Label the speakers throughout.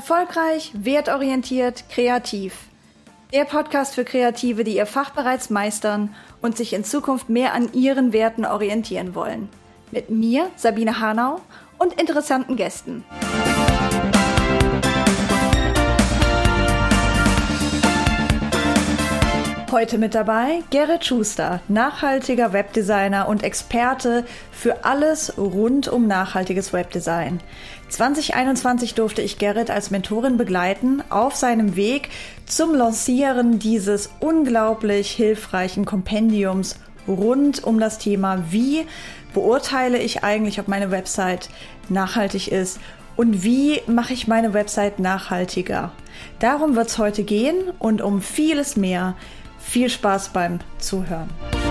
Speaker 1: Erfolgreich, wertorientiert, kreativ. Der Podcast für Kreative, die ihr Fach bereits meistern und sich in Zukunft mehr an ihren Werten orientieren wollen. Mit mir, Sabine Hanau, und interessanten Gästen. Heute mit dabei Gerrit Schuster, nachhaltiger Webdesigner und Experte für alles rund um nachhaltiges Webdesign. 2021 durfte ich Gerrit als Mentorin begleiten auf seinem Weg zum Lancieren dieses unglaublich hilfreichen Kompendiums rund um das Thema, wie beurteile ich eigentlich, ob meine Website nachhaltig ist und wie mache ich meine Website nachhaltiger. Darum wird es heute gehen und um vieles mehr. Viel Spaß beim Zuhören.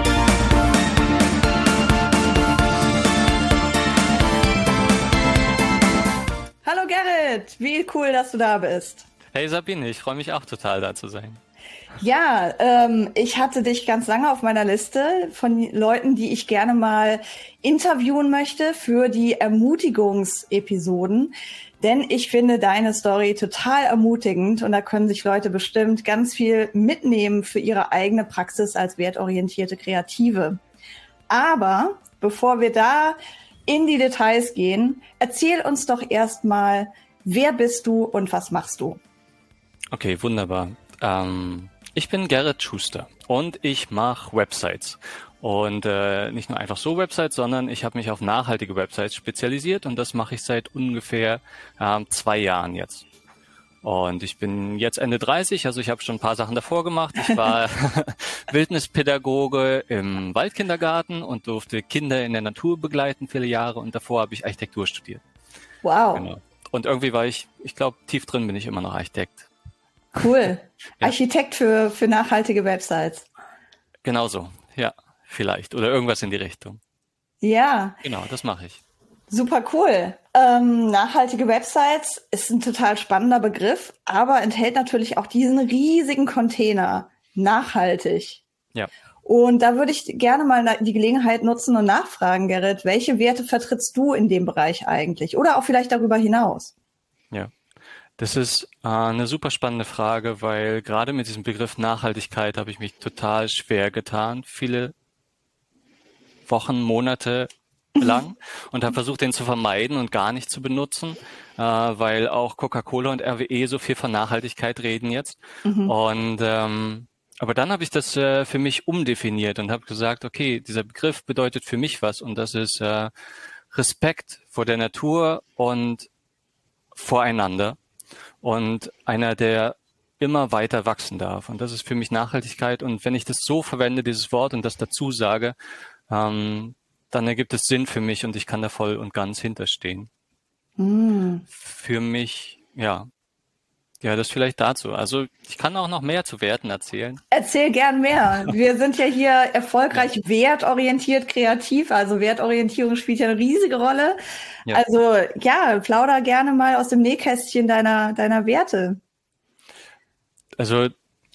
Speaker 1: Hallo Gerrit, wie cool, dass du da bist.
Speaker 2: Hey Sabine, ich freue mich auch total, da zu sein.
Speaker 1: Ja, ich hatte dich ganz lange auf meiner Liste von Leuten, die ich gerne mal interviewen möchte für die Ermutigungsepisoden. Denn ich finde deine Story total ermutigend und da können sich Leute bestimmt ganz viel mitnehmen für ihre eigene Praxis als wertorientierte Kreative. Aber bevor wir da in die Details gehen, erzähl uns doch erstmal, wer bist du und was machst du?
Speaker 2: Okay, wunderbar. Ich bin Gerrit Schuster und ich mache Websites. Und nicht nur einfach so Websites, sondern ich habe mich auf nachhaltige Websites spezialisiert und das mache ich seit ungefähr 2 Jahren jetzt. Und ich bin jetzt Ende 30, also ich habe schon ein paar Sachen davor gemacht. Ich war Wildnispädagoge im Waldkindergarten und durfte Kinder in der Natur begleiten viele Jahre und davor habe ich Architektur studiert.
Speaker 1: Wow.
Speaker 2: Genau. Und irgendwie war ich glaube, tief drin bin ich immer noch Architekt.
Speaker 1: Cool.
Speaker 2: Ja.
Speaker 1: Architekt für nachhaltige Websites.
Speaker 2: Genau so, ja. Vielleicht. Oder irgendwas in die Richtung.
Speaker 1: Ja.
Speaker 2: Genau, das mache ich.
Speaker 1: Super cool. Nachhaltige Websites ist ein total spannender Begriff, aber enthält natürlich auch diesen riesigen Container. Nachhaltig.
Speaker 2: Ja.
Speaker 1: Und da würde ich gerne mal die Gelegenheit nutzen und nachfragen, Gerrit, welche Werte vertrittst du in dem Bereich eigentlich? Oder auch vielleicht darüber hinaus?
Speaker 2: Ja. Das ist eine super spannende Frage, weil gerade mit diesem Begriff Nachhaltigkeit habe ich mich total schwer getan. Viele Wochen, Monate lang und habe versucht, den zu vermeiden und gar nicht zu benutzen, weil auch Coca-Cola und RWE so viel von Nachhaltigkeit reden jetzt. Und aber dann habe ich das für mich umdefiniert und habe gesagt, okay, dieser Begriff bedeutet für mich was und das ist Respekt vor der Natur und voreinander und einer, der immer weiter wachsen darf. Und das ist für mich Nachhaltigkeit. Und wenn ich das so verwende, dieses Wort und das dazu sage, dann ergibt es Sinn für mich und ich kann da voll und ganz hinterstehen. Für mich, ja, das vielleicht dazu. Also ich kann auch noch mehr zu Werten erzählen.
Speaker 1: Erzähl gern mehr. Wir sind ja hier erfolgreich wertorientiert kreativ, also Wertorientierung spielt ja eine riesige Rolle. Ja. Also ja, plauder gerne mal aus dem Nähkästchen deiner Werte.
Speaker 2: Also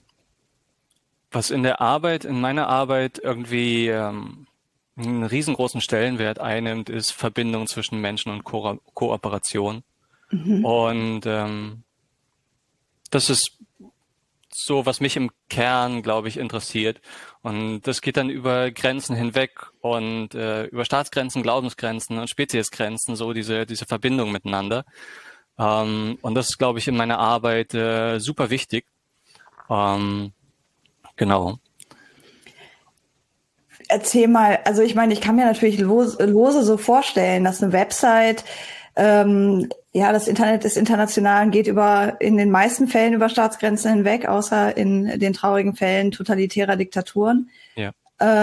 Speaker 2: was in meiner Arbeit irgendwie einen riesengroßen Stellenwert einnimmt, ist Verbindung zwischen Menschen und Kooperation. Und das ist so, was mich im Kern, glaube ich, interessiert. Und das geht dann über Grenzen hinweg und über Staatsgrenzen, Glaubensgrenzen und Speziesgrenzen, so diese Verbindung miteinander. Und das ist, glaube ich, in meiner Arbeit super wichtig. Genau.
Speaker 1: Erzähl mal, also ich meine, ich kann mir natürlich lose so vorstellen, dass eine Website, das Internet des Internationalen geht in den meisten Fällen über Staatsgrenzen hinweg, außer in den traurigen Fällen totalitärer Diktaturen.
Speaker 2: Ja.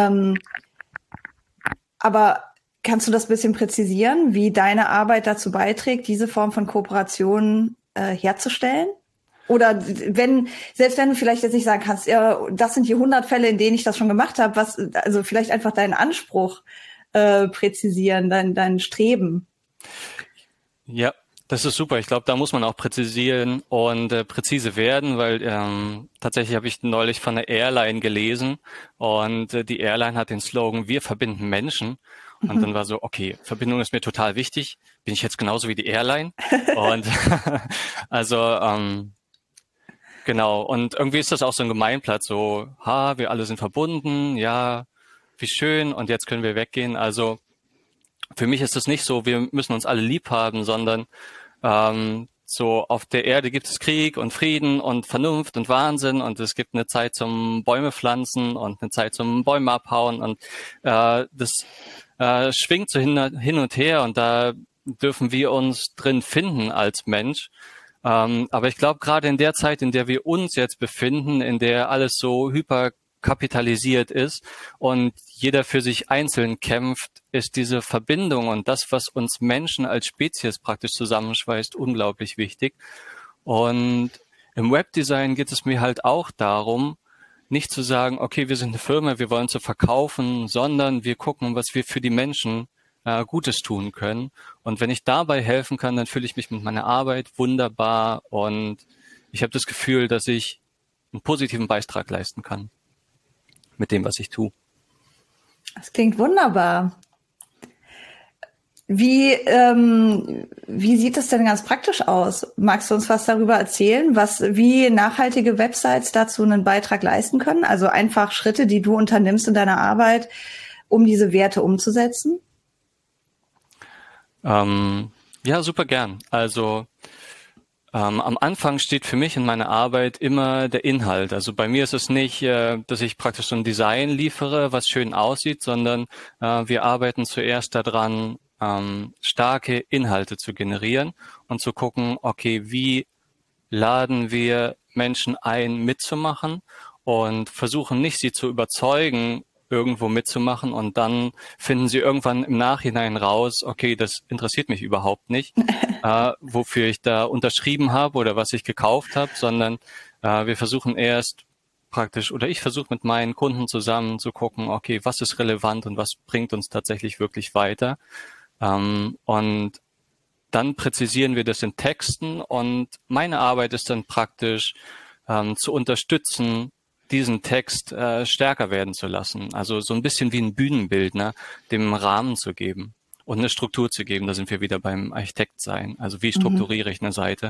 Speaker 1: Aber kannst du das ein bisschen präzisieren, wie deine Arbeit dazu beiträgt, diese Form von Kooperation herzustellen? Oder selbst wenn du vielleicht jetzt nicht sagen kannst, ja, das sind die 100 Fälle, in denen ich das schon gemacht habe, also vielleicht einfach deinen Anspruch präzisieren, dein Streben.
Speaker 2: Ja, Das ist super. Ich glaube, da muss man auch präzisieren und präzise werden, weil tatsächlich habe ich neulich von einer Airline gelesen und die Airline hat den Slogan, wir verbinden Menschen. Und dann war so, okay, Verbindung ist mir total wichtig. Bin ich jetzt genauso wie die Airline? Und also genau. Und irgendwie ist das auch so ein Gemeinplatz, so, wir alle sind verbunden, ja, wie schön. Und jetzt können wir weggehen. Also für mich ist es nicht so, wir müssen uns alle lieb haben, sondern so auf der Erde gibt es Krieg und Frieden und Vernunft und Wahnsinn und es gibt eine Zeit zum Bäume pflanzen und eine Zeit zum Bäume abhauen und das schwingt so hin und her und da dürfen wir uns drin finden als Mensch. Aber ich glaube, gerade in der Zeit, in der wir uns jetzt befinden, in der alles so hyperkapitalisiert ist und jeder für sich einzeln kämpft, ist diese Verbindung und das, was uns Menschen als Spezies praktisch zusammenschweißt, unglaublich wichtig. Und im Webdesign geht es mir halt auch darum, nicht zu sagen, okay, wir sind eine Firma, wir wollen zu verkaufen, sondern wir gucken, was wir für die Menschen Gutes tun können. Und wenn ich dabei helfen kann, dann fühle ich mich mit meiner Arbeit wunderbar und ich habe das Gefühl, dass ich einen positiven Beitrag leisten kann mit dem, was ich tue.
Speaker 1: Das klingt wunderbar. Wie sieht das denn ganz praktisch aus? Magst du uns was darüber erzählen, wie nachhaltige Websites dazu einen Beitrag leisten können? Also einfach Schritte, die du unternimmst in deiner Arbeit, um diese Werte umzusetzen?
Speaker 2: Ja, super gern. Also am Anfang steht für mich in meiner Arbeit immer der Inhalt. Also bei mir ist es nicht, dass ich praktisch so ein Design liefere, was schön aussieht, sondern wir arbeiten zuerst daran, starke Inhalte zu generieren und zu gucken, okay, wie laden wir Menschen ein, mitzumachen und versuchen nicht, sie zu überzeugen, irgendwo mitzumachen und dann finden sie irgendwann im Nachhinein raus, okay, das interessiert mich überhaupt nicht, wofür ich da unterschrieben habe oder was ich gekauft habe, sondern wir versuchen erst praktisch, oder ich versuche mit meinen Kunden zusammen zu gucken, okay, was ist relevant und was bringt uns tatsächlich wirklich weiter. Und dann präzisieren wir das in Texten und meine Arbeit ist dann praktisch zu unterstützen, diesen Text stärker werden zu lassen. Also so ein bisschen wie ein Bühnenbildner, dem Rahmen zu geben und eine Struktur zu geben. Da sind wir wieder beim Architekt sein. Also wie strukturiere ich eine Seite,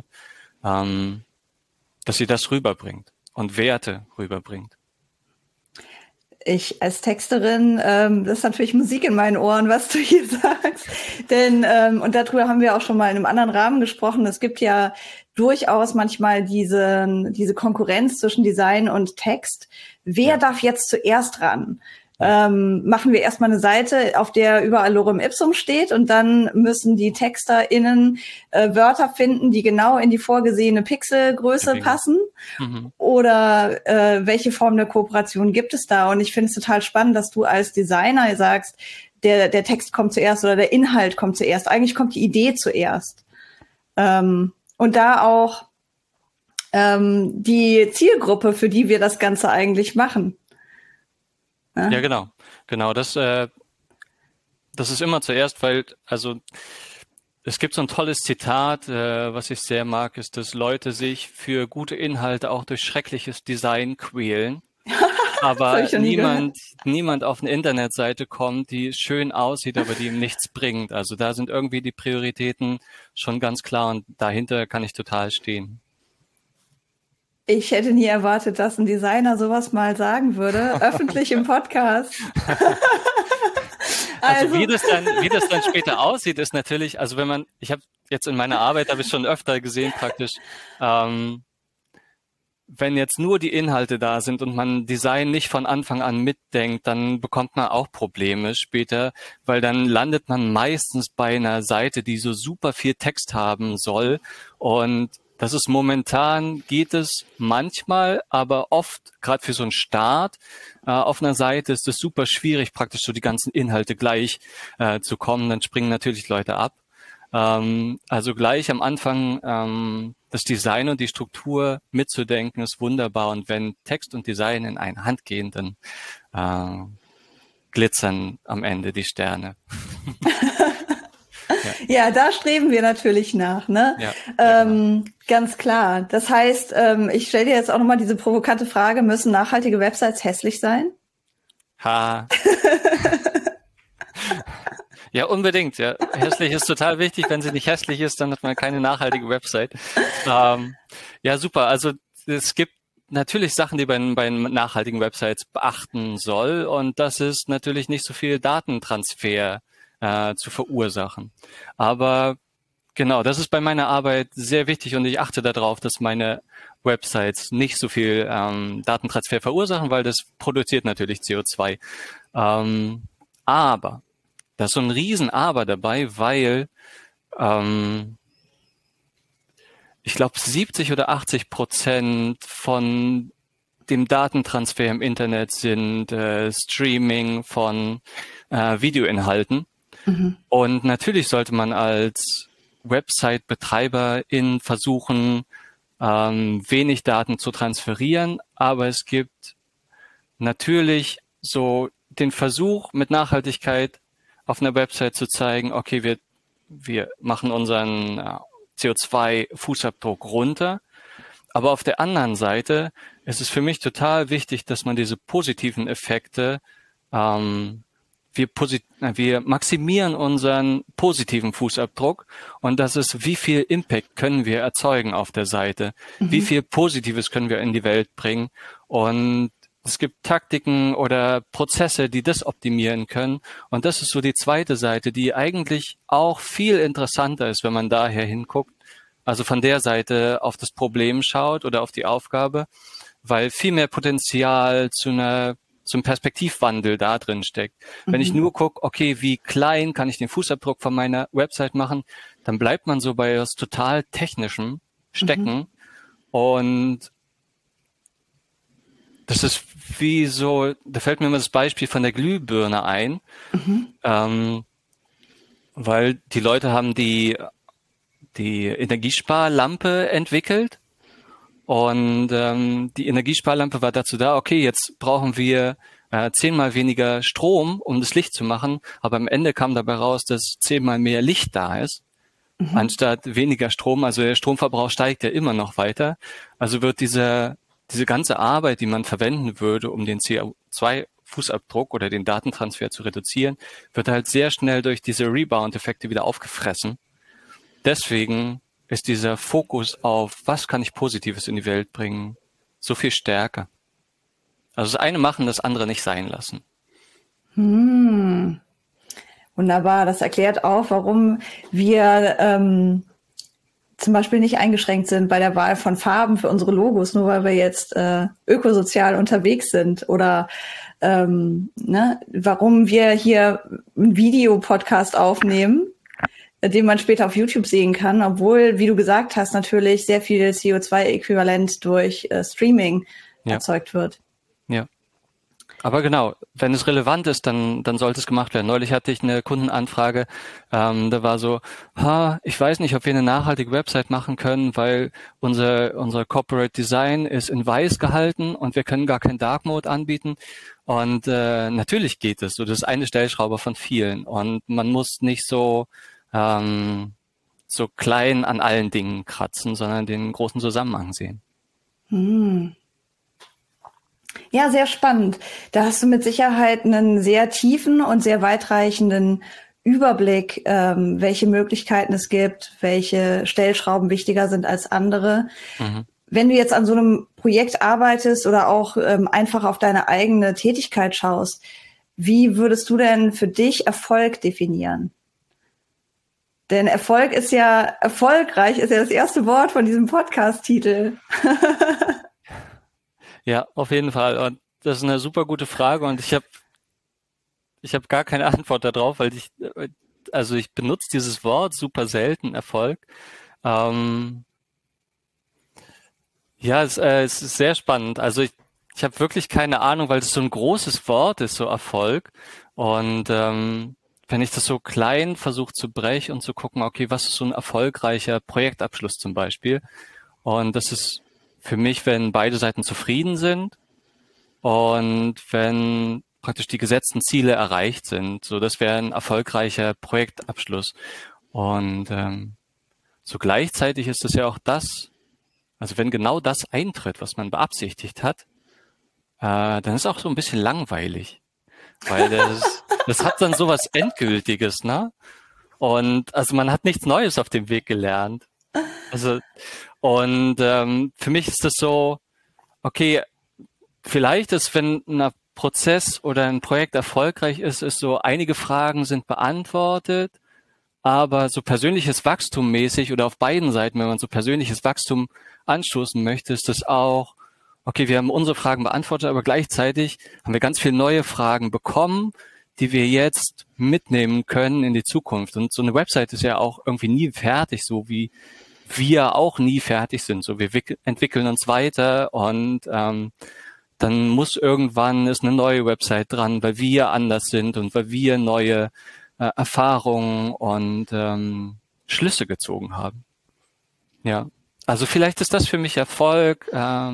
Speaker 2: dass sie das rüberbringt und Werte rüberbringt.
Speaker 1: Ich als Texterin, das ist natürlich Musik in meinen Ohren, was du hier sagst. Denn, und darüber haben wir auch schon mal in einem anderen Rahmen gesprochen, es gibt ja durchaus manchmal diese Konkurrenz zwischen Design und Text. Wer darf jetzt zuerst ran? Machen wir erstmal eine Seite, auf der überall Lorem Ipsum steht und dann müssen die TexterInnen Wörter finden, die genau in die vorgesehene Pixelgröße passen. Oder welche Form der Kooperation gibt es da? Und ich finde es total spannend, dass du als Designer sagst, der Text kommt zuerst oder der Inhalt kommt zuerst. Eigentlich kommt die Idee zuerst. Und da auch die Zielgruppe, für die wir das Ganze eigentlich machen.
Speaker 2: Ja, genau. Genau, das ist immer zuerst, weil, also es gibt so ein tolles Zitat, was ich sehr mag, ist, dass Leute sich für gute Inhalte auch durch schreckliches Design quälen. Aber niemand auf eine Internetseite kommt, die schön aussieht, aber die ihm nichts bringt. Also da sind irgendwie die Prioritäten schon ganz klar und dahinter kann ich total stehen.
Speaker 1: Ich hätte nie erwartet, dass ein Designer sowas mal sagen würde, öffentlich im Podcast.
Speaker 2: Also wie das dann später aussieht, ist natürlich, also ich habe jetzt in meiner Arbeit, habe ich schon öfter gesehen praktisch, wenn jetzt nur die Inhalte da sind und man Design nicht von Anfang an mitdenkt, dann bekommt man auch Probleme später, weil dann landet man meistens bei einer Seite, die so super viel Text haben soll und das ist momentan, geht es manchmal, aber oft, gerade für so einen Start auf einer Seite, ist es super schwierig, praktisch so die ganzen Inhalte gleich zu kommen. Dann springen natürlich Leute ab. Also gleich am Anfang das Design und die Struktur mitzudenken, ist wunderbar. Und wenn Text und Design in eine Hand gehen, dann glitzern am Ende die Sterne.
Speaker 1: Ja, da streben wir natürlich nach, ne?
Speaker 2: Ja, genau.
Speaker 1: Ganz klar. Das heißt, ich stelle dir jetzt auch nochmal diese provokante Frage, müssen nachhaltige Websites hässlich sein?
Speaker 2: Ha. Ja, unbedingt. Ja, hässlich ist total wichtig. Wenn sie nicht hässlich ist, dann hat man keine nachhaltige Website. Ja, super. Also es gibt natürlich Sachen, die bei nachhaltigen Websites beachten soll, und das ist natürlich nicht so viel Datentransfer zu verursachen. Aber genau, das ist bei meiner Arbeit sehr wichtig, und ich achte darauf, dass meine Websites nicht so viel Datentransfer verursachen, weil das produziert natürlich CO2. Aber da ist so ein Riesen-Aber dabei, weil ich glaube 70 oder 80% von dem Datentransfer im Internet sind Streaming von Videoinhalten. Und natürlich sollte man als Website-Betreiberin versuchen, wenig Daten zu transferieren, aber es gibt natürlich so den Versuch, mit Nachhaltigkeit auf einer Website zu zeigen, okay, wir machen unseren CO2-Fußabdruck runter. Aber auf der anderen Seite ist es für mich total wichtig, dass man diese positiven Effekte, wir maximieren unseren positiven Fußabdruck, und das ist, wie viel Impact können wir erzeugen auf der Seite, wie viel Positives können wir in die Welt bringen, und es gibt Taktiken oder Prozesse, die das optimieren können. Und das ist so die zweite Seite, die eigentlich auch viel interessanter ist, wenn man daher hinguckt. Also von der Seite auf das Problem schaut oder auf die Aufgabe, weil viel mehr Potenzial zum Perspektivwandel da drin steckt. Wenn ich nur gucke, okay, wie klein kann ich den Fußabdruck von meiner Website machen, dann bleibt man so bei was total Technischem stecken. Und das ist wie so, da fällt mir immer das Beispiel von der Glühbirne ein, weil die Leute haben die Energiesparlampe entwickelt, und die Energiesparlampe war dazu da, okay, jetzt brauchen wir 10-mal weniger Strom, um das Licht zu machen, aber am Ende kam dabei raus, dass 10-mal mehr Licht da ist, anstatt weniger Strom. Also der Stromverbrauch steigt ja immer noch weiter. Also wird diese ganze Arbeit, die man verwenden würde, um den CO2-Fußabdruck oder den Datentransfer zu reduzieren, wird halt sehr schnell durch diese Rebound-Effekte wieder aufgefressen. Deswegen ist dieser Fokus auf, was kann ich Positives in die Welt bringen, so viel stärker. Also das eine machen, das andere nicht sein lassen.
Speaker 1: Wunderbar, das erklärt auch, warum wir zum Beispiel nicht eingeschränkt sind bei der Wahl von Farben für unsere Logos, nur weil wir jetzt ökosozial unterwegs sind, oder warum wir hier einen Videopodcast aufnehmen, den man später auf YouTube sehen kann, obwohl, wie du gesagt hast, natürlich sehr viel CO2-Äquivalent durch Streaming erzeugt wird.
Speaker 2: Ja. Aber genau, wenn es relevant ist, dann sollte es gemacht werden. Neulich hatte ich eine Kundenanfrage, da war so, ich weiß nicht, ob wir eine nachhaltige Website machen können, weil unser Corporate Design ist in weiß gehalten und wir können gar keinen Dark Mode anbieten. Und natürlich geht es. So, das ist eine Stellschraube von vielen. Und man muss nicht so klein an allen Dingen kratzen, sondern den großen Zusammenhang sehen.
Speaker 1: Ja, sehr spannend. Da hast du mit Sicherheit einen sehr tiefen und sehr weitreichenden Überblick, welche Möglichkeiten es gibt, welche Stellschrauben wichtiger sind als andere. Wenn du jetzt an so einem Projekt arbeitest oder auch einfach auf deine eigene Tätigkeit schaust, wie würdest du denn für dich Erfolg definieren? Denn erfolgreich ist ja das erste Wort von diesem Podcast-Titel.
Speaker 2: Ja, auf jeden Fall. Und das ist eine super gute Frage, und ich habe gar keine Antwort darauf, weil ich benutze dieses Wort super selten, Erfolg. Ja, es ist sehr spannend. Also ich habe wirklich keine Ahnung, weil es so ein großes Wort ist, so Erfolg. Und wenn ich das so klein versuche zu brechen und zu gucken, okay, was ist so ein erfolgreicher Projektabschluss zum Beispiel? Und das ist für mich, wenn beide Seiten zufrieden sind und wenn praktisch die gesetzten Ziele erreicht sind. So, das wäre ein erfolgreicher Projektabschluss. Und so gleichzeitig ist es ja auch das, also wenn genau das eintritt, was man beabsichtigt hat, dann ist auch so ein bisschen langweilig, weil das hat dann sowas Endgültiges, ne? Und also man hat nichts Neues auf dem Weg gelernt. Also und für mich ist das so, okay, vielleicht ist, wenn ein Prozess oder ein Projekt erfolgreich ist, ist so, einige Fragen sind beantwortet, aber so persönliches Wachstum mäßig oder auf beiden Seiten, wenn man so persönliches Wachstum anstoßen möchte, ist das auch, okay, wir haben unsere Fragen beantwortet, aber gleichzeitig haben wir ganz viele neue Fragen bekommen, die wir jetzt mitnehmen können in die Zukunft. Und so eine Website ist ja auch irgendwie nie fertig, so wie wir auch nie fertig sind. So, wir entwickeln uns weiter und dann muss irgendwann ist eine neue Website dran, weil wir anders sind und weil wir neue Erfahrungen und Schlüsse gezogen haben. Ja, also vielleicht ist das für mich Erfolg,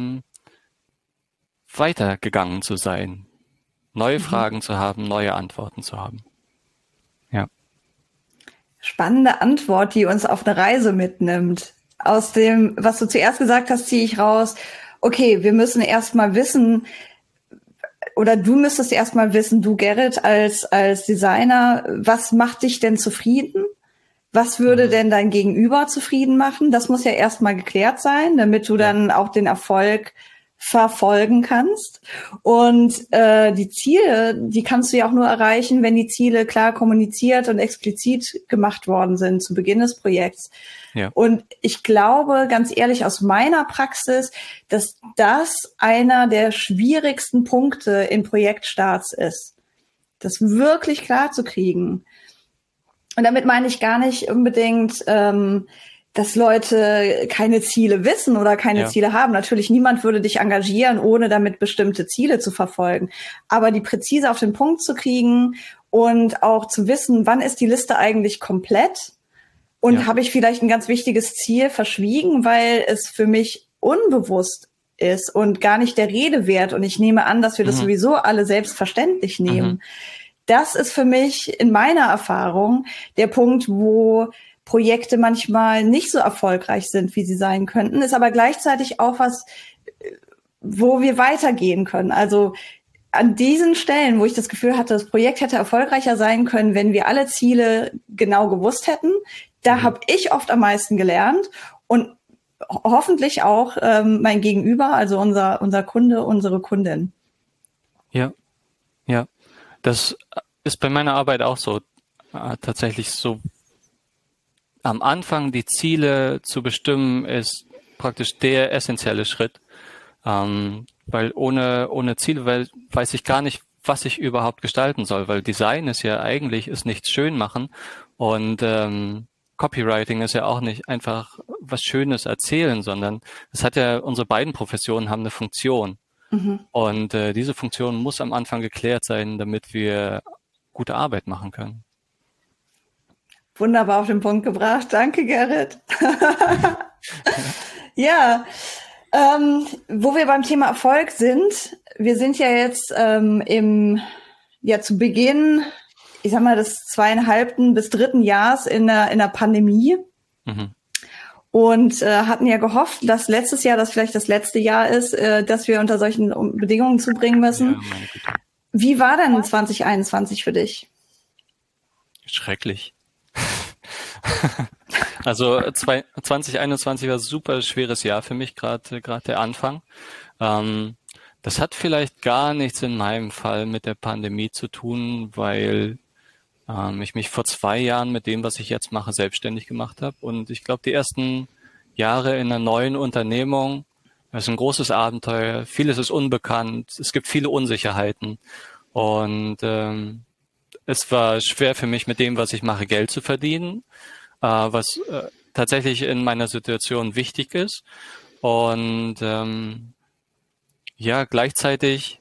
Speaker 2: weitergegangen zu sein, neue Fragen zu haben, neue Antworten zu haben. Ja.
Speaker 1: Spannende Antwort, die uns auf eine Reise mitnimmt. Aus dem, was du zuerst gesagt hast, ziehe ich raus, okay, wir müssen erstmal wissen, oder du müsstest erstmal wissen, du Gerrit als Designer, was macht dich denn zufrieden? Was würde denn dein Gegenüber zufrieden machen? Das muss ja erstmal geklärt sein, damit du dann auch den Erfolg verfolgen kannst. Und die Ziele, die kannst du ja auch nur erreichen, wenn die Ziele klar kommuniziert und explizit gemacht worden sind zu Beginn des Projekts.
Speaker 2: Ja.
Speaker 1: Und ich glaube, ganz ehrlich, aus meiner Praxis, dass das einer der schwierigsten Punkte in Projektstarts ist, das wirklich klar zu kriegen. Und damit meine ich gar nicht unbedingt, dass Leute keine Ziele wissen oder keine Ziele haben. Natürlich, niemand würde dich engagieren, ohne damit bestimmte Ziele zu verfolgen. Aber die präzise auf den Punkt zu kriegen und auch zu wissen, wann ist die Liste eigentlich komplett? Und habe ich vielleicht ein ganz wichtiges Ziel verschwiegen, weil es für mich unbewusst ist und gar nicht der Rede wert. Und ich nehme an, dass wir das sowieso alle selbstverständlich nehmen. Das ist für mich in meiner Erfahrung der Punkt, wo Projekte manchmal nicht so erfolgreich sind, wie sie sein könnten, ist aber gleichzeitig auch was, wo wir weitergehen können. Also an diesen Stellen, wo ich das Gefühl hatte, das Projekt hätte erfolgreicher sein können, wenn wir alle Ziele genau gewusst hätten, da habe ich oft am meisten gelernt und hoffentlich auch mein Gegenüber, also unser Kunde, unsere Kundin.
Speaker 2: Ja, ja. Das ist bei meiner Arbeit auch so. Tatsächlich so. Am Anfang die Ziele zu bestimmen, ist praktisch der essentielle Schritt. Weil ohne Ziele weiß ich gar nicht, was ich überhaupt gestalten soll. Weil Design ist ja eigentlich, ist nichts schön machen. Und Copywriting ist ja auch nicht einfach was Schönes erzählen, sondern es hat ja, unsere beiden Professionen haben eine Funktion. Und diese Funktion muss am Anfang geklärt sein, damit wir gute Arbeit machen können.
Speaker 1: Wunderbar auf den Punkt gebracht. Danke, Gerrit. Ja, wo wir beim Thema Erfolg sind, wir sind ja jetzt zu Beginn, ich sag mal, des 2,5. bis 3. Jahres in der Pandemie. Und hatten ja gehofft, dass letztes Jahr, das vielleicht das letzte Jahr ist, dass wir unter solchen Bedingungen zubringen müssen. Ja, wie war denn 2021 für dich?
Speaker 2: Schrecklich. Also 2021 war ein super schweres Jahr für mich, gerade der Anfang. Das hat vielleicht gar nichts in meinem Fall mit der Pandemie zu tun, weil ich mich vor 2 Jahren mit dem, was ich jetzt mache, selbstständig gemacht habe. Und ich glaube, die ersten Jahre in einer neuen Unternehmung, das ist ein großes Abenteuer, vieles ist unbekannt, es gibt viele Unsicherheiten. Und es war schwer für mich, mit dem, was ich mache, Geld zu verdienen, was tatsächlich in meiner Situation wichtig ist. Und gleichzeitig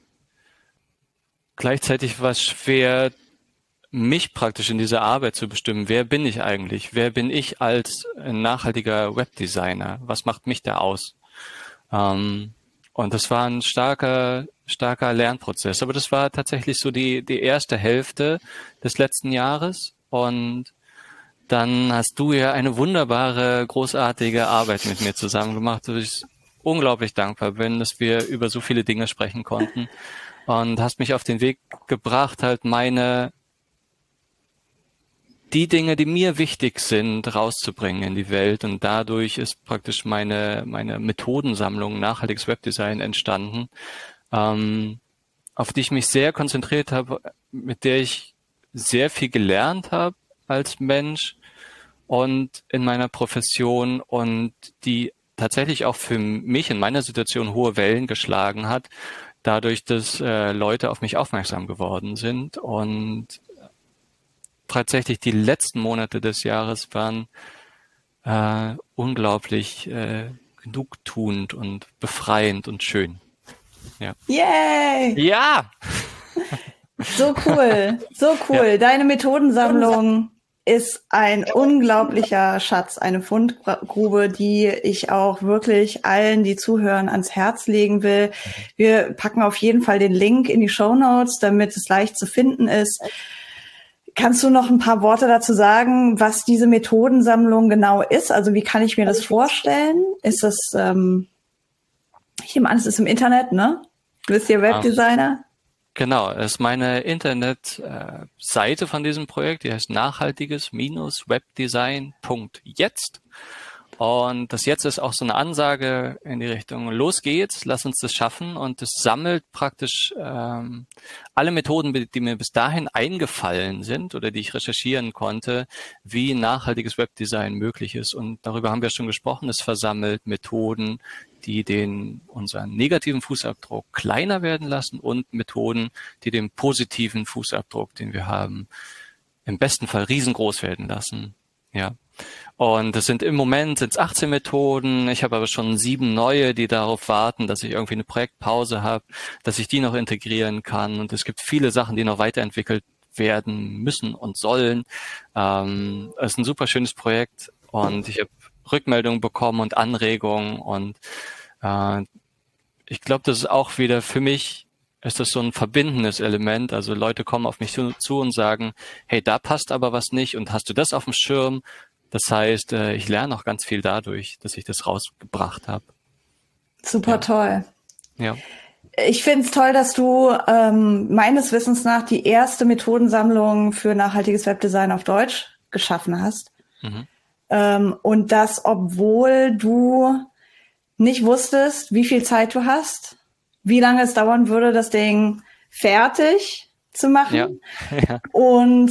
Speaker 2: war es schwer, mich praktisch in dieser Arbeit zu bestimmen. Wer bin ich eigentlich? Wer bin ich als nachhaltiger Webdesigner? Was macht mich da aus? Und das war ein starker Lernprozess. Aber das war tatsächlich so die erste Hälfte des letzten Jahres. Und dann hast du ja eine wunderbare, großartige Arbeit mit mir zusammen gemacht, wo ich unglaublich dankbar bin, dass wir über so viele Dinge sprechen konnten und hast mich auf den Weg gebracht, halt die Dinge, die mir wichtig sind, rauszubringen in die Welt. Und dadurch ist praktisch meine Methodensammlung Nachhaltiges Webdesign entstanden, auf die ich mich sehr konzentriert habe, mit der ich sehr viel gelernt habe als Mensch und in meiner Profession und die tatsächlich auch für mich in meiner Situation hohe Wellen geschlagen hat, dadurch, dass Leute auf mich aufmerksam geworden sind. Und tatsächlich die letzten Monate des Jahres waren unglaublich genugtuend und befreiend und schön. Ja.
Speaker 1: Yay!
Speaker 2: Ja!
Speaker 1: So cool, so cool. Ja. Deine Methodensammlung ist ein unglaublicher Schatz, eine Fundgrube, die ich auch wirklich allen, die zuhören, ans Herz legen will. Wir packen auf jeden Fall den Link in die Shownotes, damit es leicht zu finden ist. Kannst du noch ein paar Worte dazu sagen, was diese Methodensammlung genau ist? Also wie kann ich mir das vorstellen? Ist das, ich nehme an, es ist im Internet, ne? Du bist ja Webdesigner.
Speaker 2: Genau, es ist meine Internetseite von diesem Projekt, die heißt nachhaltiges-webdesign.jetzt. Und das Jetzt ist auch so eine Ansage in die Richtung, los geht's, lass uns das schaffen. Und es sammelt praktisch alle Methoden, die mir bis dahin eingefallen sind oder die ich recherchieren konnte, wie nachhaltiges Webdesign möglich ist. Und darüber haben wir schon gesprochen. Es versammelt Methoden, die unseren negativen Fußabdruck kleiner werden lassen und Methoden, die den positiven Fußabdruck, den wir haben, im besten Fall riesengroß werden lassen. Ja. Und es sind im Moment 18 Methoden. Ich habe aber schon 7 neue, die darauf warten, dass ich irgendwie eine Projektpause habe, dass ich die noch integrieren kann. Und es gibt viele Sachen, die noch weiterentwickelt werden müssen und sollen. Es ist ein super schönes Projekt und ich habe Rückmeldungen bekommen und Anregungen. Und ich glaube, das ist auch wieder für mich, ist das so ein verbindendes Element. Also Leute kommen auf mich zu und sagen, hey, da passt aber was nicht und hast du das auf dem Schirm? Das heißt, ich lerne auch ganz viel dadurch, dass ich das rausgebracht habe.
Speaker 1: Super toll.
Speaker 2: Ja.
Speaker 1: Ich finde es toll, dass du meines Wissens nach die erste Methodensammlung für nachhaltiges Webdesign auf Deutsch geschaffen hast. Mhm. Und das, obwohl du nicht wusstest, wie viel Zeit du hast, wie lange es dauern würde, das Ding fertig zu machen.
Speaker 2: Ja. Ja.
Speaker 1: Und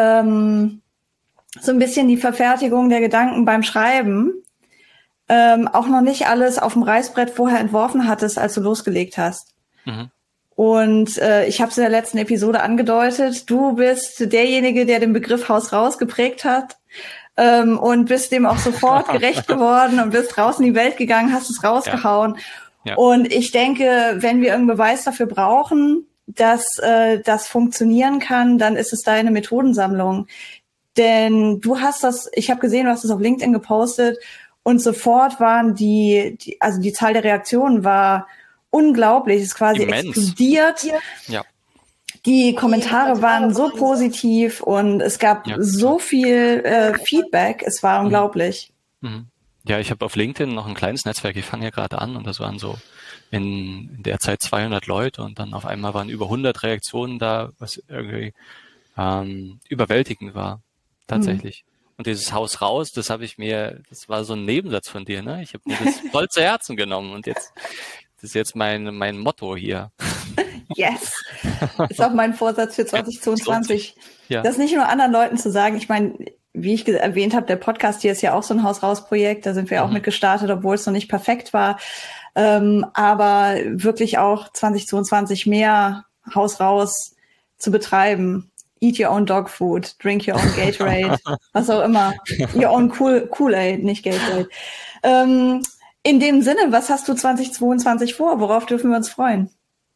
Speaker 1: so ein bisschen die Verfertigung der Gedanken beim Schreiben, auch noch nicht alles auf dem Reißbrett vorher entworfen hattest, als du losgelegt hast. Mhm. Und ich habe es in der letzten Episode angedeutet, du bist derjenige, der den Begriff Haus raus geprägt hat und bist dem auch sofort gerecht geworden und bist raus in die Welt gegangen, hast es rausgehauen. Ja. Ja. Und ich denke, wenn wir irgendeinen Beweis dafür brauchen, dass das funktionieren kann, dann ist es deine Methodensammlung. Denn du hast das, ich habe gesehen, du hast es auf LinkedIn gepostet und sofort waren die Zahl der Reaktionen war unglaublich, es ist quasi explodiert. Ja. Die Kommentare waren so positiv und es gab so viel Feedback, es war unglaublich.
Speaker 2: Mhm. Ja, ich habe auf LinkedIn noch ein kleines Netzwerk, ich fange ja gerade an und das waren so in der Zeit 200 Leute und dann auf einmal waren über 100 Reaktionen da, was irgendwie überwältigend war. Tatsächlich. Und dieses Haus raus, das war so ein Nebensatz von dir, ne? Ich habe mir das voll zu Herzen genommen und das ist jetzt mein Motto hier.
Speaker 1: Yes! Ist auch mein Vorsatz für 2022. Ja. Das nicht nur anderen Leuten zu sagen. Ich meine, wie ich erwähnt habe, der Podcast hier ist ja auch so ein Haus-raus-Projekt. Da sind wir auch mit gestartet, obwohl es noch nicht perfekt war. Aber wirklich auch 2022 mehr Haus raus zu betreiben. Eat your own dog food, drink your own Gatorade, was auch immer. Your own Kool-Aid, nicht Gatorade. In dem Sinne, was hast du 2022 vor? Worauf dürfen wir uns freuen?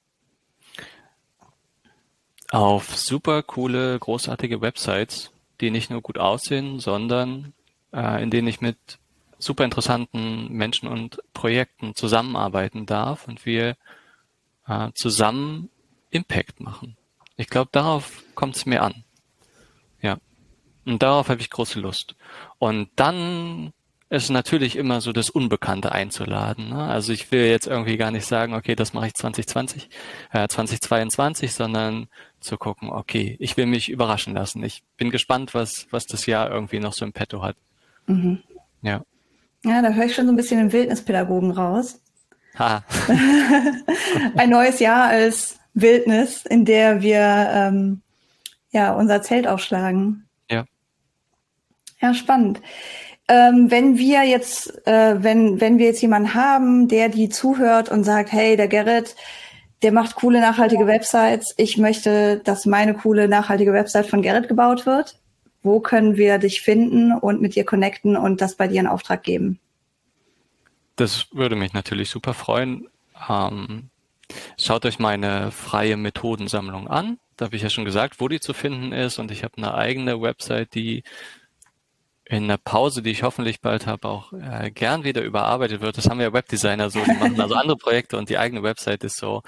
Speaker 2: Auf super coole, großartige Websites, die nicht nur gut aussehen, sondern in denen ich mit super interessanten Menschen und Projekten zusammenarbeiten darf und wir zusammen Impact machen. Ich glaube, darauf kommt es mir an. Ja. Und darauf habe ich große Lust. Und dann ist natürlich immer so das Unbekannte einzuladen. Ne? Also ich will jetzt irgendwie gar nicht sagen, okay, das mache ich 2022, sondern zu gucken, okay, ich will mich überraschen lassen. Ich bin gespannt, was das Jahr irgendwie noch so im Petto hat.
Speaker 1: Mhm.
Speaker 2: Ja.
Speaker 1: Ja, da höre ich schon so ein bisschen den Wildnispädagogen raus.
Speaker 2: Ha.
Speaker 1: Ein neues Jahr als Wildnis, in der wir unser Zelt aufschlagen.
Speaker 2: Ja.
Speaker 1: Ja, spannend. Wenn wir jetzt jemanden haben, der die zuhört und sagt, hey, der Gerrit, der macht coole, nachhaltige Websites. Ich möchte, dass meine coole, nachhaltige Website von Gerrit gebaut wird. Wo können wir dich finden und mit dir connecten und das bei dir in Auftrag geben?
Speaker 2: Das würde mich natürlich super freuen. Schaut euch meine freie Methodensammlung an. Da habe ich ja schon gesagt, wo die zu finden ist. Und ich habe eine eigene Website, die in einer Pause, die ich hoffentlich bald habe, auch gern wieder überarbeitet wird. Das haben ja Webdesigner so, die machen also andere Projekte und die eigene Website ist so,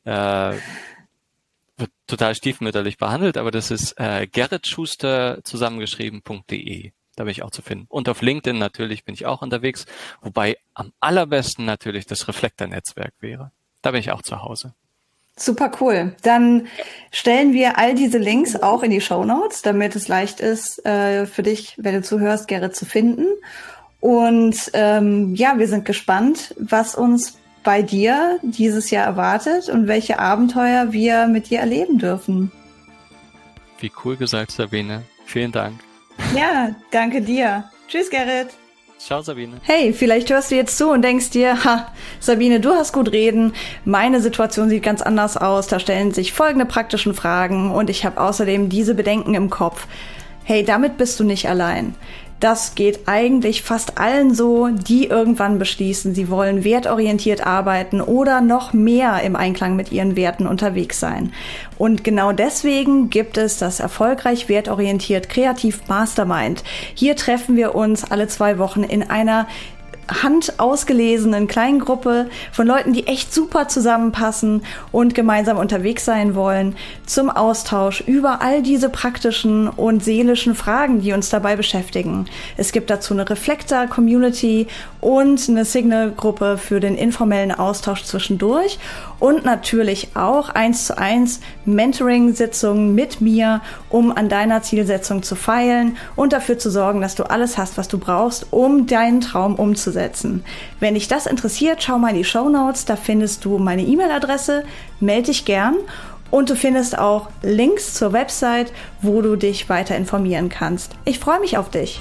Speaker 2: wird total stiefmütterlich behandelt, aber das ist gerritschuster zusammengeschrieben.de. Da bin ich auch zu finden. Und auf LinkedIn natürlich bin ich auch unterwegs, wobei am allerbesten natürlich das Reflektor-Netzwerk wäre. Da bin ich auch zu Hause.
Speaker 1: Super cool. Dann stellen wir all diese Links auch in die Shownotes, damit es leicht ist für dich, wenn du zuhörst, Gerrit zu finden. Und wir sind gespannt, was uns bei dir dieses Jahr erwartet und welche Abenteuer wir mit dir erleben dürfen.
Speaker 2: Wie cool gesagt, Sabine. Vielen Dank.
Speaker 1: Ja, danke dir. Tschüss, Gerrit.
Speaker 2: Ciao, Sabine.
Speaker 1: Hey, vielleicht hörst du jetzt zu und denkst dir, Sabine, du hast gut reden. Meine Situation sieht ganz anders aus. Da stellen sich folgende praktischen Fragen und ich habe außerdem diese Bedenken im Kopf. Hey, damit bist du nicht allein. Das geht eigentlich fast allen so, die irgendwann beschließen, sie wollen wertorientiert arbeiten oder noch mehr im Einklang mit ihren Werten unterwegs sein. Und genau deswegen gibt es das Erfolgreich wertorientiert Kreativ Mastermind. Hier treffen wir uns alle 2 Wochen in einer handausgelesenen kleinen Gruppe von Leuten, die echt super zusammenpassen und gemeinsam unterwegs sein wollen, zum Austausch über all diese praktischen und seelischen Fragen, die uns dabei beschäftigen. Es gibt dazu eine Reflektor-Community und eine Signal-Gruppe für den informellen Austausch zwischendurch und natürlich auch 1:1 Mentoring-Sitzungen mit mir, um an deiner Zielsetzung zu feilen und dafür zu sorgen, dass du alles hast, was du brauchst, um deinen Traum umzusetzen. Wenn dich das interessiert, schau mal in die Shownotes, da findest du meine E-Mail-Adresse, melde dich gern und du findest auch Links zur Website, wo du dich weiter informieren kannst. Ich freue mich auf dich.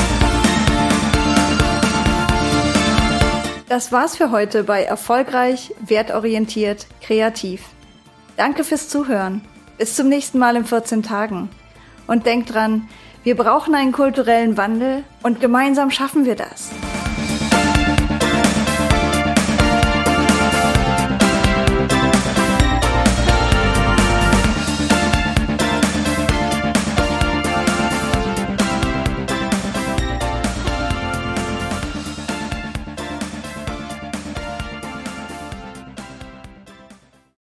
Speaker 1: Das war's für heute bei Erfolgreich, wertorientiert, kreativ. Danke fürs Zuhören. Bis zum nächsten Mal in 14 Tagen. Und denk dran, wir brauchen einen kulturellen Wandel und gemeinsam schaffen wir das.